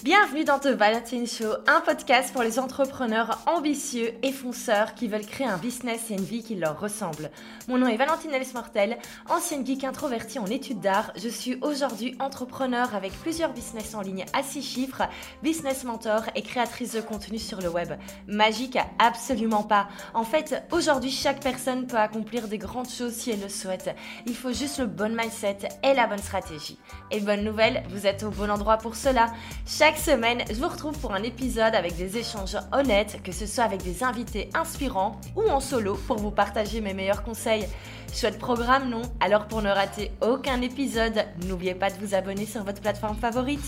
Bienvenue dans The Valentine Show, un podcast pour les entrepreneurs ambitieux et fonceurs qui veulent créer un business et une vie qui leur ressemble. Mon nom est Valentine Elsmortel, ancienne geek introvertie en études d'art. Je suis aujourd'hui entrepreneur avec plusieurs business en ligne à 6 chiffres, business mentor et créatrice de contenu sur le web. Magique? Absolument pas. En fait, aujourd'hui, chaque personne peut accomplir des grandes choses si elle le souhaite. Il faut juste le bon mindset et la bonne stratégie. Et bonne nouvelle, vous êtes au bon endroit pour cela. Chaque semaine, je vous retrouve pour un épisode avec des échanges honnêtes, que ce soit avec des invités inspirants ou en solo pour vous partager mes meilleurs conseils. Chouette programme, non? Alors pour ne rater aucun épisode, n'oubliez pas de vous abonner sur votre plateforme favorite.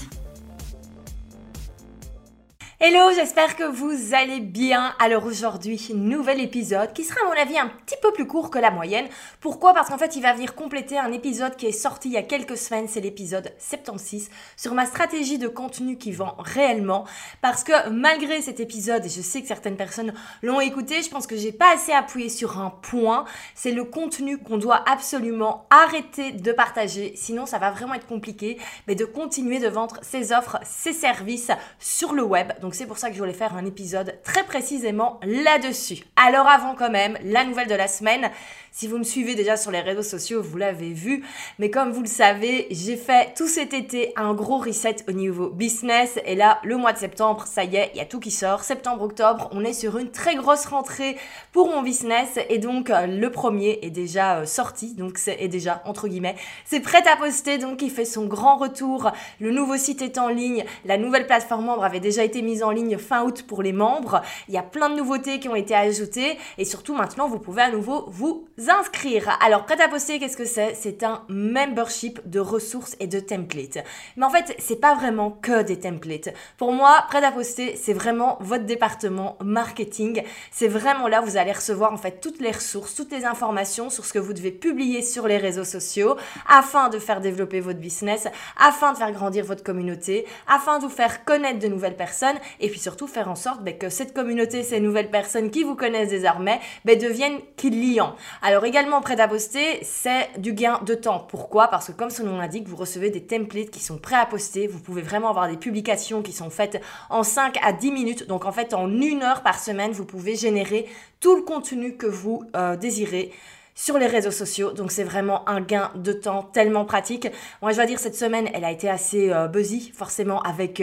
Hello, j'espère que vous allez bien. Alors aujourd'hui, nouvel épisode qui sera à mon avis un petit peu plus court que la moyenne. Pourquoi? Parce qu'en fait, il va venir compléter un épisode qui est sorti il y a quelques semaines, c'est l'épisode 76, sur ma stratégie de contenu qui vend réellement. Parce que malgré cet épisode, et je sais que certaines personnes l'ont écouté, je pense que j'ai pas assez appuyé sur un point, c'est le contenu qu'on doit absolument arrêter de partager. Sinon, ça va vraiment être compliqué mais de continuer de vendre ses offres, ses services sur le web. Donc c'est pour ça que je voulais faire un épisode très précisément là-dessus. Alors avant quand même, la nouvelle de la semaine. Si vous me suivez déjà sur les réseaux sociaux, vous l'avez vu. Mais comme vous le savez, j'ai fait tout cet été un gros reset au niveau business. Et là, le mois de septembre, ça y est, il y a tout qui sort. Septembre, octobre, on est sur une très grosse rentrée pour mon business. Et donc, le premier est déjà sorti. Donc, est déjà, entre guillemets, c'est prêt à poster. Donc, il fait son grand retour. Le nouveau site est en ligne. La nouvelle plateforme membre avait déjà été mise en ligne fin août pour les membres. Il y a plein de nouveautés qui ont été ajoutées. Et surtout, maintenant, vous pouvez à nouveau vous inscrire. Alors, prêt à poster, qu'est-ce que c'est? C'est un membership de ressources et de templates. Mais en fait, c'est pas vraiment que des templates. Pour moi, prêt à poster, c'est vraiment votre département marketing. C'est vraiment là où vous allez recevoir en fait toutes les ressources, toutes les informations sur ce que vous devez publier sur les réseaux sociaux afin de faire développer votre business, afin de faire grandir votre communauté, afin de vous faire connaître de nouvelles personnes et puis surtout faire en sorte que cette communauté, ces nouvelles personnes qui vous connaissent désormais, deviennent clients. Alors également prêt à poster, c'est du gain de temps. Pourquoi? Parce que comme son nom l'indique, vous recevez des templates qui sont prêts à poster. Vous pouvez vraiment avoir des publications qui sont faites en 5 à 10 minutes. Donc en fait, en 1 heure par semaine, vous pouvez générer tout le contenu que vous désirez sur les réseaux sociaux. Donc c'est vraiment un gain de temps tellement pratique. Moi je dois dire cette semaine elle a été assez buzzy forcément avec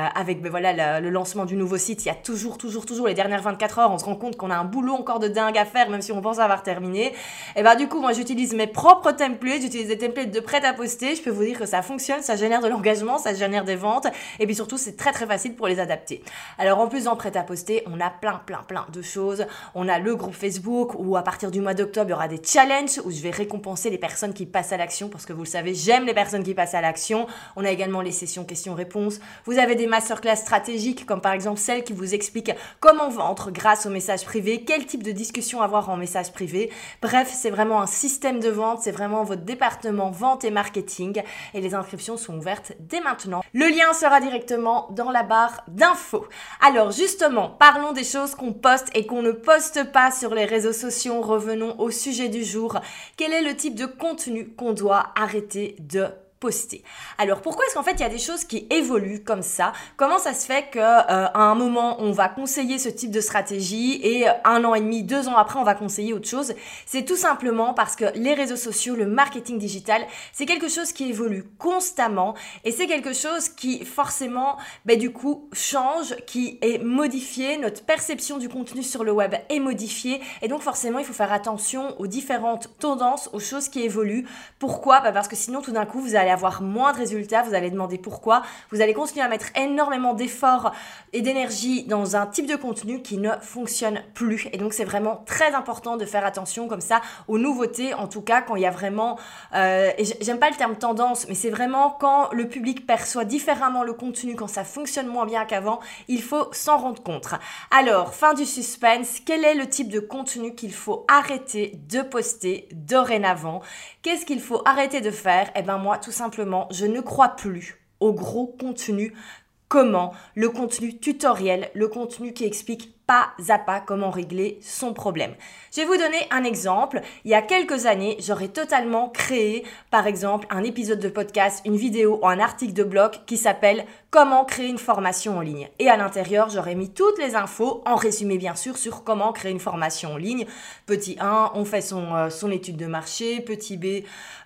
le lancement du nouveau site. Il y a toujours les dernières 24 heures on se rend compte qu'on a un boulot encore de dingue à faire même si on pense avoir terminé. Et du coup moi j'utilise mes propres templates, j'utilise des templates de prêt à poster. Je peux vous dire que ça fonctionne, ça génère de l'engagement, ça génère des ventes et puis surtout c'est très facile pour les adapter. Alors en plus en prêt à poster on a plein de choses. On a le groupe Facebook où à partir du mois d'octobre il y aura des challenge où je vais récompenser les personnes qui passent à l'action parce que vous le savez, j'aime les personnes qui passent à l'action. On a également les sessions questions-réponses. Vous avez des masterclass stratégiques comme par exemple celle qui vous explique comment vendre grâce aux messages privés, quel type de discussion avoir en message privé. Bref, c'est vraiment un système de vente, c'est vraiment votre département vente et marketing et les inscriptions sont ouvertes dès maintenant. Le lien sera directement dans la barre d'infos. Alors justement, parlons des choses qu'on poste et qu'on ne poste pas sur les réseaux sociaux. Revenons au sujet du jour. Quel est le type de contenu qu'on doit arrêter de poster? Alors pourquoi est-ce qu'en fait il y a des choses qui évoluent comme ça? Comment ça se fait à un moment on va conseiller ce type de stratégie et 1 an et demi, 2 ans après on va conseiller autre chose? C'est tout simplement parce que les réseaux sociaux, le marketing digital, c'est quelque chose qui évolue constamment et c'est quelque chose qui forcément du coup change, qui est modifié. Notre perception du contenu sur le web est modifiée et donc forcément il faut faire attention aux différentes tendances, aux choses qui évoluent. Pourquoi? Parce que sinon tout d'un coup vous allez avoir moins de résultats, vous allez demander pourquoi, vous allez continuer à mettre énormément d'efforts et d'énergie dans un type de contenu qui ne fonctionne plus. Et donc c'est vraiment très important de faire attention comme ça aux nouveautés, en tout cas quand il y a vraiment, et j'aime pas le terme tendance, mais c'est vraiment quand le public perçoit différemment le contenu, quand ça fonctionne moins bien qu'avant, il faut s'en rendre compte. Alors, fin du suspense, quel est le type de contenu qu'il faut arrêter de poster dorénavant? Qu'est-ce qu'il faut arrêter de faire? Moi, tout simplement, je ne crois plus au gros contenu. Comment? Le contenu tutoriel, le contenu qui explique pas à pas comment régler son problème. Je vais vous donner un exemple. Il y a quelques années, j'aurais totalement créé, par exemple, un épisode de podcast, une vidéo ou un article de blog qui s'appelle « Comment créer une formation en ligne ». Et à l'intérieur, j'aurais mis toutes les infos, en résumé bien sûr, sur comment créer une formation en ligne. Petit 1, on fait son étude de marché. Petit B,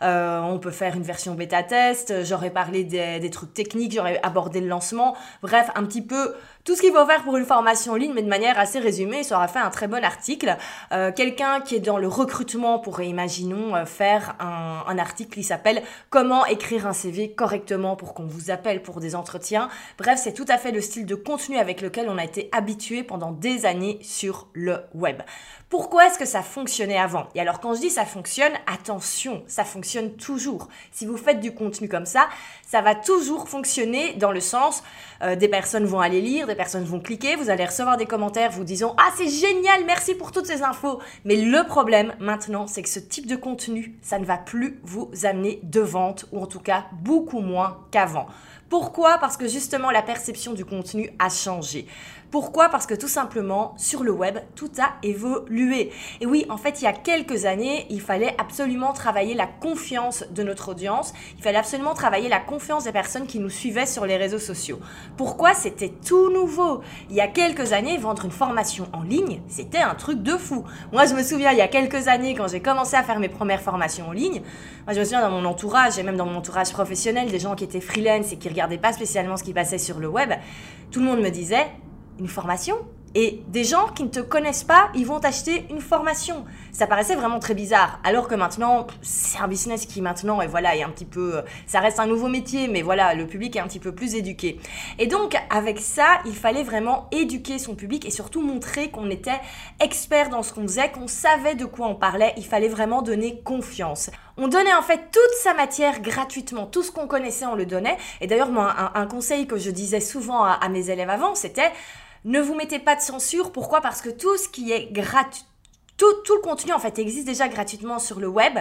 on peut faire une version bêta-test. J'aurais parlé des trucs techniques, j'aurais abordé le lancement. Bref, un petit peu tout ce qu'il faut faire pour une formation en ligne, mais de manière assez résumée. Ça aura fait un très bon article. Quelqu'un qui est dans le recrutement pourrait, imaginons, faire un article qui s'appelle « Comment écrire un CV correctement pour qu'on vous appelle pour des entretiens ». Bref, c'est tout à fait le style de contenu avec lequel on a été habitué pendant des années sur le web. Pourquoi est-ce que ça fonctionnait avant? Et alors quand je dis ça fonctionne, attention, ça fonctionne toujours. Si vous faites du contenu comme ça va toujours fonctionner dans le sens des personnes vont aller lire, des personnes vont cliquer, vous allez recevoir des commentaires vous disant « Ah, c'est génial, merci pour toutes ces infos ». Mais le problème maintenant, c'est que ce type de contenu, ça ne va plus vous amener de vente ou en tout cas beaucoup moins qu'avant. Pourquoi? Parce que justement, la perception du contenu a changé. Pourquoi? Parce que tout simplement, sur le web, tout a évolué. Et oui, en fait, il y a quelques années, il fallait absolument travailler la confiance de notre audience. Il fallait absolument travailler la confiance des personnes qui nous suivaient sur les réseaux sociaux. Pourquoi? C'était tout nouveau. Il y a quelques années, vendre une formation en ligne, c'était un truc de fou. Moi, je me souviens, il y a quelques années, quand j'ai commencé à faire mes premières formations en ligne, moi, je me souviens dans mon entourage, et même dans mon entourage professionnel, des gens qui étaient freelance et qui regardaient pas spécialement ce qui passait sur le web, tout le monde me disait une formation? Et des gens qui ne te connaissent pas, ils vont t'acheter une formation. Ça paraissait vraiment très bizarre. Alors que maintenant, c'est un business qui maintenant, et voilà, est un petit peu, ça reste un nouveau métier, mais voilà, le public est un petit peu plus éduqué. Et donc, avec ça, il fallait vraiment éduquer son public et surtout montrer qu'on était expert dans ce qu'on faisait, qu'on savait de quoi on parlait. Il fallait vraiment donner confiance. On donnait en fait toute sa matière gratuitement. Tout ce qu'on connaissait, on le donnait. Et d'ailleurs, moi, un conseil que je disais souvent à mes élèves avant, c'était ne vous mettez pas de censure. Pourquoi? Parce que tout ce qui est gratuit, tout le contenu en fait existe déjà gratuitement sur le web.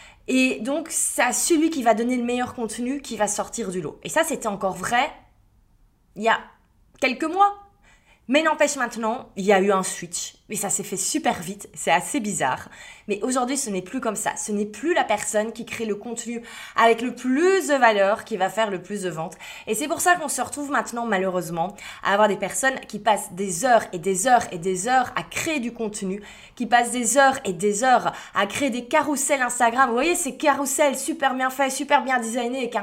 Et donc, c'est celui qui va donner le meilleur contenu qui va sortir du lot. Et ça, c'était encore vrai il y a quelques mois. Mais n'empêche maintenant, il y a eu un switch. Et ça s'est fait super vite, c'est assez bizarre. Mais aujourd'hui, ce n'est plus comme ça. Ce n'est plus la personne qui crée le contenu avec le plus de valeur qui va faire le plus de ventes. Et c'est pour ça qu'on se retrouve maintenant, malheureusement, à avoir des personnes qui passent des heures et des heures et des heures à créer du contenu, qui passent des heures et des heures à créer des carousels Instagram. Vous voyez, ces carousels super bien faits, super bien designés, avec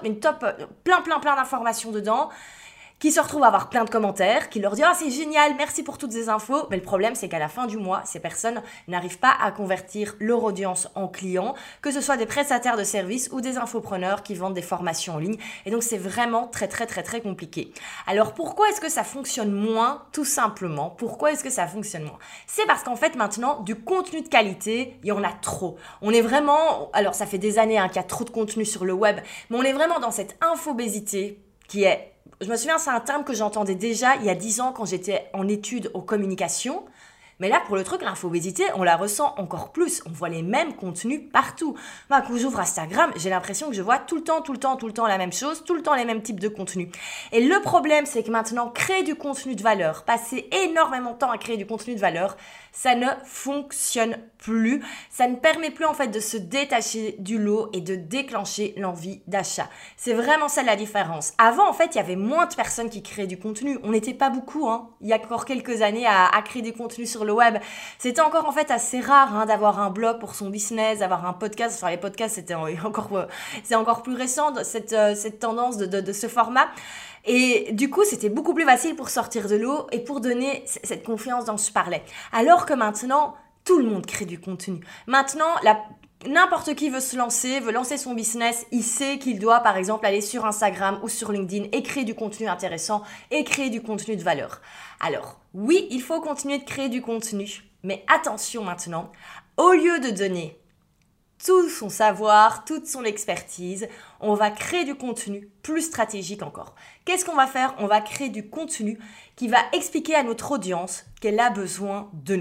plein d'informations dedans, qui se retrouvent à avoir plein de commentaires, qui leur disent « Ah, c'est génial, merci pour toutes ces infos ». Mais le problème, c'est qu'à la fin du mois, ces personnes n'arrivent pas à convertir leur audience en clients, que ce soit des prestataires de services ou des infopreneurs qui vendent des formations en ligne. Et donc, c'est vraiment très compliqué. Alors, pourquoi est-ce que ça fonctionne moins? Tout simplement, pourquoi est-ce que ça fonctionne moins? C'est parce qu'en fait, maintenant, du contenu de qualité, il y en a trop. On est vraiment... Alors, ça fait des années qu'il y a trop de contenu sur le web, mais on est vraiment dans cette infobésité qui est... Je me souviens, c'est un terme que j'entendais déjà il y a 10 ans quand j'étais en études aux communications. Mais là, pour le truc, l'infobésité, on la ressent encore plus. On voit les mêmes contenus partout. Moi, quand j'ouvre Instagram, j'ai l'impression que je vois tout le temps la même chose, tout le temps les mêmes types de contenus. Et le problème, c'est que maintenant, créer du contenu de valeur, passer énormément de temps à créer du contenu de valeur, ça ne fonctionne plus. Ça ne permet plus en fait de se détacher du lot et de déclencher l'envie d'achat. C'est vraiment ça la différence. Avant, en fait, il y avait moins de personnes qui créaient du contenu. On n'était pas beaucoup, il y a encore quelques années à créer du contenu sur le web. C'était encore en fait assez rare d'avoir un blog pour son business, d'avoir un podcast. Enfin, les podcasts, c'est encore plus récent, cette tendance de ce format. Et du coup, c'était beaucoup plus facile pour sortir de l'eau et pour donner cette confiance dont je parlais. Alors que maintenant, tout le monde crée du contenu. Maintenant, n'importe qui veut lancer son business, il sait qu'il doit par exemple aller sur Instagram ou sur LinkedIn et créer du contenu intéressant et créer du contenu de valeur. Alors, oui, il faut continuer de créer du contenu, mais attention maintenant, au lieu de donner tout son savoir, toute son expertise, on va créer du contenu plus stratégique encore. Qu'est-ce qu'on va faire? On va créer du contenu qui va expliquer à notre audience qu'elle a besoin de nous.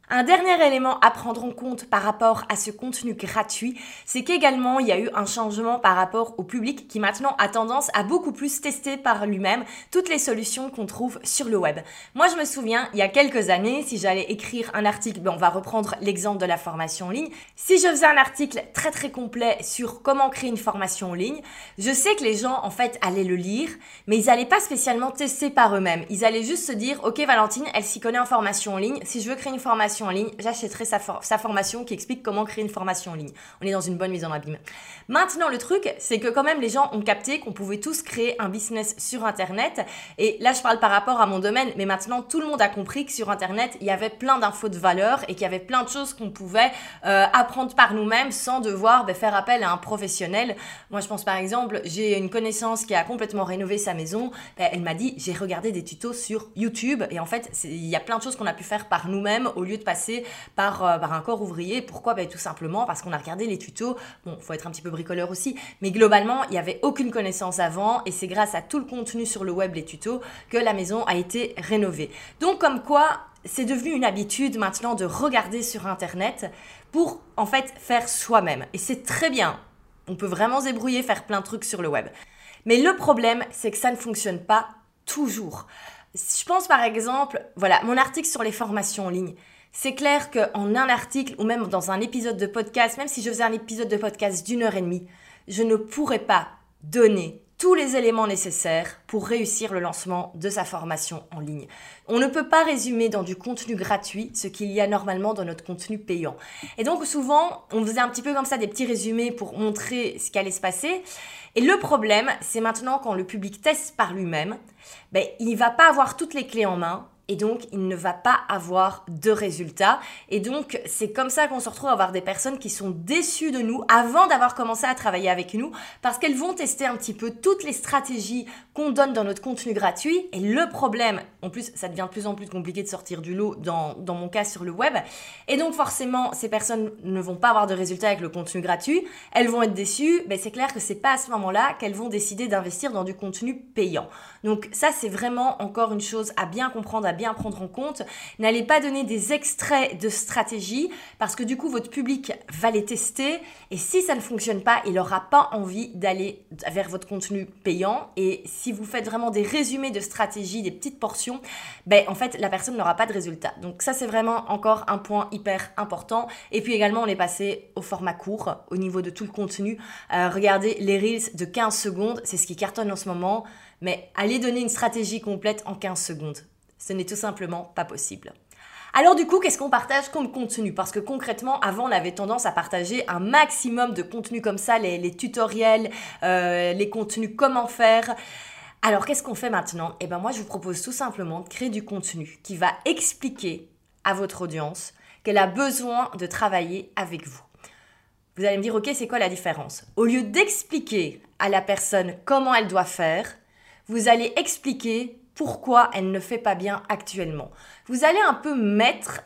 Un dernier élément à prendre en compte par rapport à ce contenu gratuit, c'est qu'également il y a eu un changement par rapport au public qui maintenant a tendance à beaucoup plus tester par lui-même toutes les solutions qu'on trouve sur le web. Moi je me souviens, il y a quelques années, si j'allais écrire un article, on va reprendre l'exemple de la formation en ligne, si je faisais un article très très complet sur comment créer une formation en ligne, je sais que les gens en fait allaient le lire, mais ils n'allaient pas spécialement tester par eux-mêmes. Ils allaient juste se dire, ok Valentine, elle s'y connaît en formation en ligne, si je veux créer une formation en ligne, j'achèterai sa formation qui explique comment créer une formation en ligne. On est dans une bonne mise en abîme. Maintenant, le truc, c'est que quand même les gens ont capté qu'on pouvait tous créer un business sur Internet. Et là, je parle par rapport à mon domaine, mais maintenant, tout le monde a compris que sur Internet, il y avait plein d'infos de valeur et qu'il y avait plein de choses qu'on pouvait apprendre par nous-mêmes sans devoir faire appel à un professionnel. Moi, je pense par exemple, j'ai une connaissance qui a complètement rénové sa maison. Elle m'a dit, j'ai regardé des tutos sur YouTube et en fait, il y a plein de choses qu'on a pu faire par nous-mêmes au lieu de passer par un corps ouvrier. Pourquoi ? Tout simplement parce qu'on a regardé les tutos. Bon, faut être un petit peu bricoleur aussi, mais globalement, il n'y avait aucune connaissance avant et c'est grâce à tout le contenu sur le web, les tutos, que la maison a été rénovée. Donc, comme quoi, c'est devenu une habitude maintenant de regarder sur Internet pour en fait faire soi-même. Et c'est très bien. On peut vraiment se débrouiller, faire plein de trucs sur le web. Mais le problème, c'est que ça ne fonctionne pas toujours. Je pense par exemple, voilà, mon article sur les formations en ligne. C'est clair qu'en un article ou même dans un épisode de podcast, même si je faisais un épisode de podcast d'1 heure et demie, je ne pourrais pas donner tous les éléments nécessaires pour réussir le lancement de sa formation en ligne. On ne peut pas résumer dans du contenu gratuit ce qu'il y a normalement dans notre contenu payant. Et donc souvent, on faisait un petit peu comme ça des petits résumés pour montrer ce qui allait se passer. Et le problème, c'est maintenant quand le public teste par lui-même, il ne va pas avoir toutes les clés en main. Et donc, il ne va pas avoir de résultats. Et donc, c'est comme ça qu'on se retrouve à avoir des personnes qui sont déçues de nous avant d'avoir commencé à travailler avec nous parce qu'elles vont tester un petit peu toutes les stratégies qu'on donne dans notre contenu gratuit. Et le problème, en plus, ça devient de plus en plus compliqué de sortir du lot dans mon cas sur le web. Et donc, forcément, ces personnes ne vont pas avoir de résultats avec le contenu gratuit. Elles vont être déçues. C'est clair que c'est pas à ce moment-là qu'elles vont décider d'investir dans du contenu payant. Donc, ça, c'est vraiment encore une chose à bien comprendre, à bien prendre en compte. N'allez pas donner des extraits de stratégie parce que du coup, votre public va les tester et si ça ne fonctionne pas, il n'aura pas envie d'aller vers votre contenu payant. Et si vous faites vraiment des résumés de stratégie, des petites portions, en fait, la personne n'aura pas de résultat. Donc ça, c'est vraiment encore un point hyper important. Et puis également, on est passé au format court au niveau de tout le contenu. Regardez les Reels de 15 secondes, c'est ce qui cartonne en ce moment. Mais allez donner une stratégie complète en 15 secondes. Ce n'est tout simplement pas possible. Alors du coup, qu'est-ce qu'on partage comme contenu ? Parce que concrètement, avant, on avait tendance à partager un maximum de contenu comme ça, les tutoriels, les contenus comment faire. Alors qu'est-ce qu'on fait maintenant ? Moi, je vous propose tout simplement de créer du contenu qui va expliquer à votre audience qu'elle a besoin de travailler avec vous. Vous allez me dire, ok, c'est quoi la différence ? Au lieu d'expliquer à la personne comment elle doit faire, vous allez expliquer pourquoi elle ne fait pas bien actuellement. Vous allez un peu mettre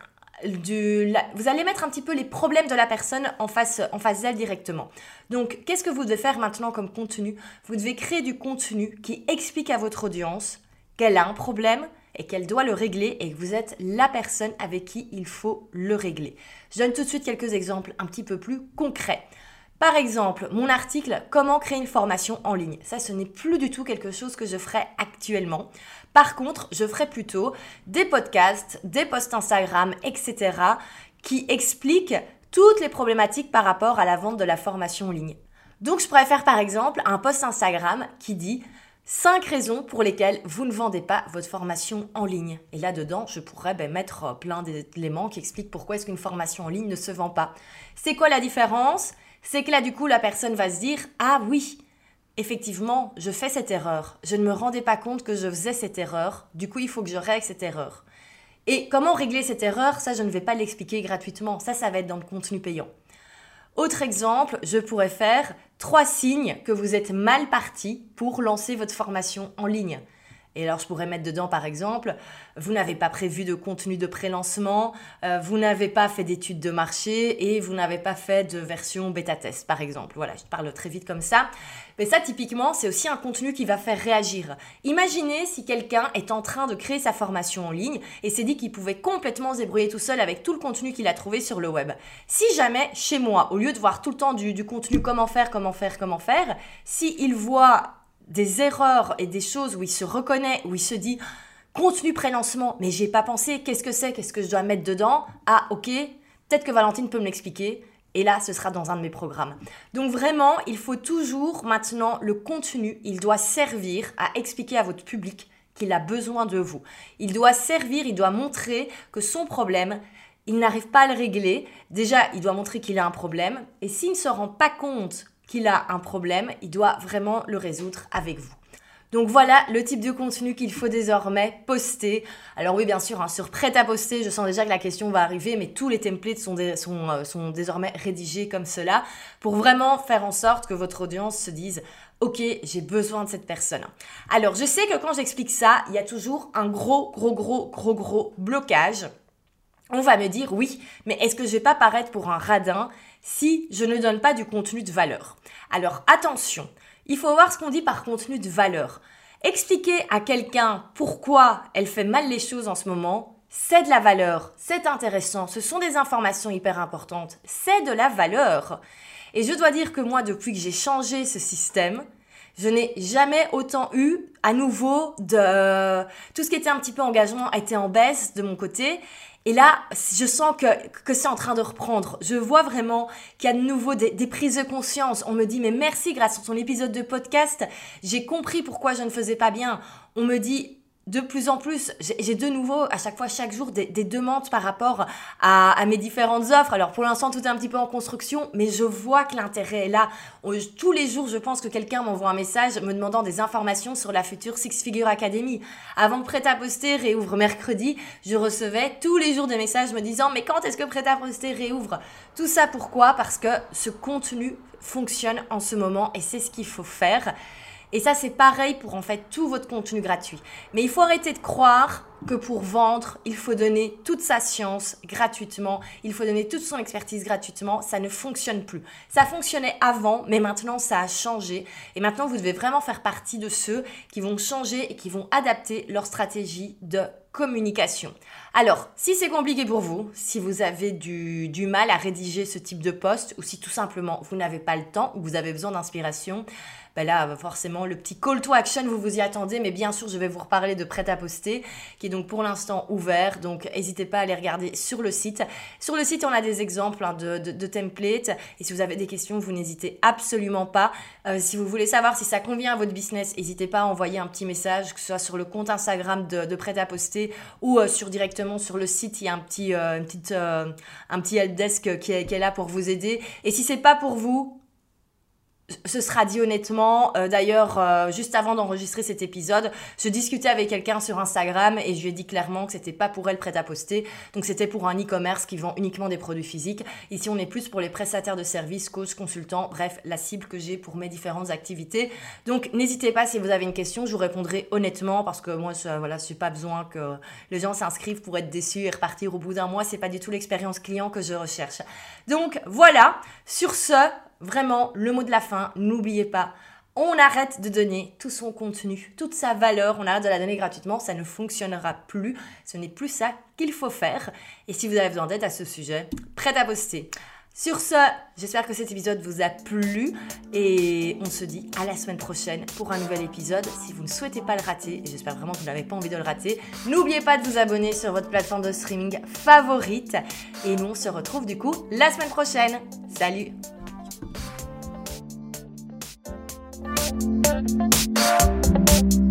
vous allez mettre un petit peu les problèmes de la personne en face d'elle directement. Donc, qu'est-ce que vous devez faire maintenant comme contenu ? Vous devez créer du contenu qui explique à votre audience qu'elle a un problème et qu'elle doit le régler et que vous êtes la personne avec qui il faut le régler. Je donne tout de suite quelques exemples un petit peu plus concrets. Par exemple, mon article « Comment créer une formation en ligne ». Ça, ce n'est plus du tout quelque chose que je ferai actuellement. Par contre, je ferai plutôt des podcasts, des posts Instagram, etc. qui expliquent toutes les problématiques par rapport à la vente de la formation en ligne. Donc, je pourrais faire par exemple un post Instagram qui dit 5 raisons pour lesquelles vous ne vendez pas votre formation en ligne. Et là-dedans, je pourrais mettre plein d'éléments qui expliquent pourquoi est-ce qu'une formation en ligne ne se vend pas. C'est quoi la différence ? C'est que là, du coup, la personne va se dire « Ah oui, effectivement, je fais cette erreur. Je ne me rendais pas compte que je faisais cette erreur. Du coup, il faut que je règle cette erreur. » Et comment régler cette erreur ? Ça, je ne vais pas l'expliquer gratuitement. Ça va être dans le contenu payant. Autre exemple, je pourrais faire 3 signes que vous êtes mal parti pour lancer votre formation en ligne. Et alors, je pourrais mettre dedans, par exemple, vous n'avez pas prévu de contenu de pré-lancement, vous n'avez pas fait d'études de marché et vous n'avez pas fait de version bêta-test, par exemple. Voilà, je parle très vite comme ça. Mais ça, typiquement, c'est aussi un contenu qui va faire réagir. Imaginez si quelqu'un est en train de créer sa formation en ligne et s'est dit qu'il pouvait complètement se débrouiller tout seul avec tout le contenu qu'il a trouvé sur le web. Si jamais, chez moi, au lieu de voir tout le temps du contenu comment faire, s'il voit des erreurs et des choses où il se reconnaît, où il se dit contenu pré-lancement, mais j'ai pas pensé, qu'est-ce que je dois mettre dedans? Ah ok, peut-être que Valentine peut me l'expliquer. Et là, ce sera dans un de mes programmes. Donc vraiment, il faut toujours maintenant, le contenu, il doit servir à expliquer à votre public qu'il a besoin de vous. Il doit servir, il doit montrer que son problème, il n'arrive pas à le régler. Déjà, il doit montrer qu'il a un problème. Et s'il ne se rend pas compte qu'il a un problème, il doit vraiment le résoudre avec vous. Donc voilà le type de contenu qu'il faut désormais poster. Alors oui, bien sûr, sur prêt à poster, je sens déjà que la question va arriver, mais tous les templates sont désormais rédigés comme cela pour vraiment faire en sorte que votre audience se dise « Ok, j'ai besoin de cette personne ». Alors, je sais que quand j'explique ça, il y a toujours un gros blocage. On va me dire « Oui, mais est-ce que je vais pas paraître pour un radin si je ne donne pas du contenu de valeur ?» Alors attention, il faut voir ce qu'on dit par contenu de valeur. Expliquer à quelqu'un pourquoi elle fait mal les choses en ce moment, c'est de la valeur, c'est intéressant, ce sont des informations hyper importantes, c'est de la valeur. Et je dois dire que moi, depuis que j'ai changé ce système, je n'ai jamais autant eu à nouveau de... Tout ce qui était un petit peu engagement a été en baisse de mon côté. Et là, je sens que c'est en train de reprendre. Je vois vraiment qu'il y a de nouveau des prises de conscience. On me dit, mais merci, grâce à ton épisode de podcast, j'ai compris pourquoi je ne faisais pas bien. On me dit de plus en plus, j'ai de nouveau, à chaque fois, chaque jour, des demandes par rapport à mes différentes offres. Alors, pour l'instant, tout est un petit peu en construction, mais je vois que l'intérêt est là. Tous les jours, je pense que quelqu'un m'envoie un message me demandant des informations sur la future Six Figure Academy. Avant que Prêt à Poster réouvre mercredi, je recevais tous les jours des messages me disant « Mais quand est-ce que Prêt à Poster réouvre ?» Tout ça, pourquoi? Parce que ce contenu fonctionne en ce moment et c'est ce qu'il faut faire. Et ça, c'est pareil pour en fait tout votre contenu gratuit. Mais il faut arrêter de croire que pour vendre, il faut donner toute sa science gratuitement, il faut donner toute son expertise gratuitement. Ça ne fonctionne plus. Ça fonctionnait avant, mais maintenant, ça a changé. Et maintenant, vous devez vraiment faire partie de ceux qui vont changer et qui vont adapter leur stratégie de communication. Alors, si c'est compliqué pour vous, si vous avez du mal à rédiger ce type de post ou si tout simplement vous n'avez pas le temps ou vous avez besoin d'inspiration, ben là, forcément, le petit call to action, vous vous y attendez, mais bien sûr, je vais vous reparler de Prêt à Poster, qui est donc pour l'instant ouvert, donc n'hésitez pas à aller regarder sur le site. Sur le site, on a des exemples de templates, et si vous avez des questions, vous n'hésitez absolument pas. Si vous voulez savoir si ça convient à votre business, n'hésitez pas à envoyer un petit message, que ce soit sur le compte Instagram de Prêt à Poster ou directement sur le site, il y a un petit helpdesk qui est là pour vous aider. Et si c'est pas pour vous, ce sera dit honnêtement. D'ailleurs, juste avant d'enregistrer cet épisode, je discutais avec quelqu'un sur Instagram et je lui ai dit clairement que c'était pas pour elle Prêt à Poster. Donc, c'était pour un e-commerce qui vend uniquement des produits physiques. Ici, on est plus pour les prestataires de services, coachs, consultants, bref, la cible que j'ai pour mes différentes activités. Donc, n'hésitez pas si vous avez une question, je vous répondrai honnêtement parce que moi, je n'ai pas besoin que les gens s'inscrivent pour être déçus et repartir au bout d'un mois. C'est pas du tout l'expérience client que je recherche. Donc, voilà. Sur ce, vraiment, le mot de la fin, n'oubliez pas, on arrête de donner tout son contenu, toute sa valeur, on arrête de la donner gratuitement, ça ne fonctionnera plus, ce n'est plus ça qu'il faut faire. Et si vous avez besoin d'aide à ce sujet, Prêt à Poster. Sur ce, j'espère que cet épisode vous a plu et on se dit à la semaine prochaine pour un nouvel épisode. Si vous ne souhaitez pas le rater, et j'espère vraiment que vous n'avez pas envie de le rater, n'oubliez pas de vous abonner sur votre plateforme de streaming favorite et nous on se retrouve du coup la semaine prochaine. Salut! Thank you.